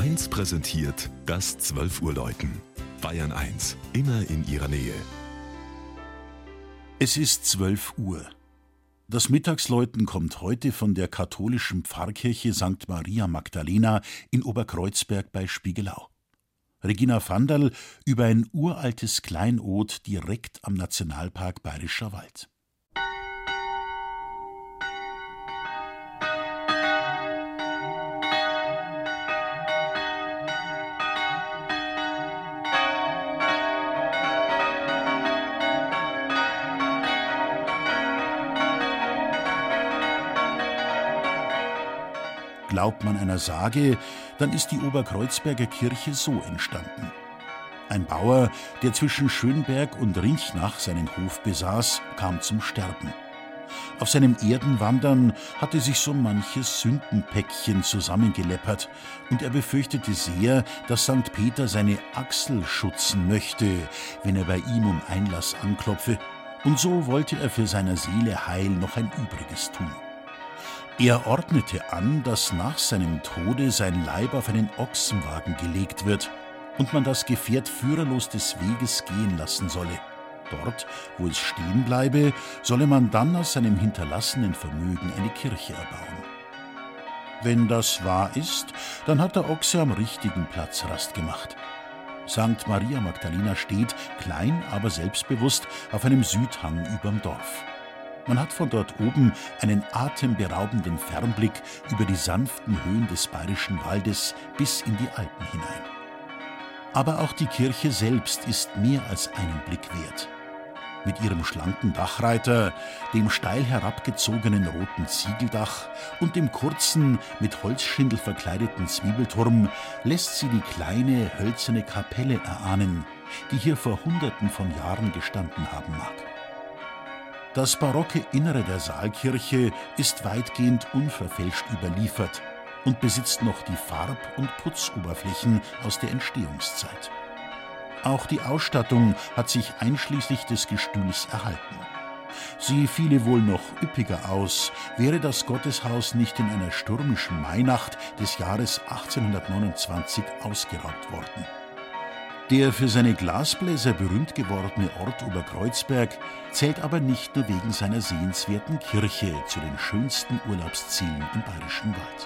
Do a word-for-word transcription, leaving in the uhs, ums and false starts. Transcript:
eins präsentiert das zwölf Uhr Läuten. Bayern eins, immer in ihrer Nähe. Es ist zwölf Uhr. Das Mittagsläuten kommt heute von der katholischen Pfarrkirche Sankt Maria Magdalena in Oberkreuzberg bei Spiegelau. Regina Vanderl über ein uraltes Kleinod direkt am Nationalpark Bayerischer Wald. Glaubt man einer Sage, dann ist die Oberkreuzberger Kirche so entstanden. Ein Bauer, der zwischen Schönberg und Rinchnach seinen Hof besaß, kam zum Sterben. Auf seinem Erdenwandern hatte sich so manches Sündenpäckchen zusammengeleppert und er befürchtete sehr, dass Sankt Peter seine Achsel schützen möchte, wenn er bei ihm um Einlass anklopfe, und so wollte er für seiner Seele Heil noch ein Übriges tun. Er ordnete an, dass nach seinem Tode sein Leib auf einen Ochsenwagen gelegt wird und man das Gefährt führerlos des Weges gehen lassen solle. Dort, wo es stehen bleibe, solle man dann aus seinem hinterlassenen Vermögen eine Kirche erbauen. Wenn das wahr ist, dann hat der Ochse am richtigen Platz Rast gemacht. Sankt Maria Magdalena steht, klein, aber selbstbewusst, auf einem Südhang überm Dorf. Man hat von dort oben einen atemberaubenden Fernblick über die sanften Höhen des Bayerischen Waldes bis in die Alpen hinein. Aber auch die Kirche selbst ist mehr als einen Blick wert. Mit ihrem schlanken Dachreiter, dem steil herabgezogenen roten Ziegeldach und dem kurzen, mit Holzschindel verkleideten Zwiebelturm lässt sie die kleine, hölzerne Kapelle erahnen, die hier vor Hunderten von Jahren gestanden haben mag. Das barocke Innere der Saalkirche ist weitgehend unverfälscht überliefert und besitzt noch die Farb- und Putzoberflächen aus der Entstehungszeit. Auch die Ausstattung hat sich einschließlich des Gestühls erhalten. Sie fiele wohl noch üppiger aus, wäre das Gotteshaus nicht in einer stürmischen Mainacht des Jahres achtzehnhundertneunundzwanzig ausgeraubt worden. Der für seine Glasbläser berühmt gewordene Ort Oberkreuzberg zählt aber nicht nur wegen seiner sehenswerten Kirche zu den schönsten Urlaubszielen im Bayerischen Wald.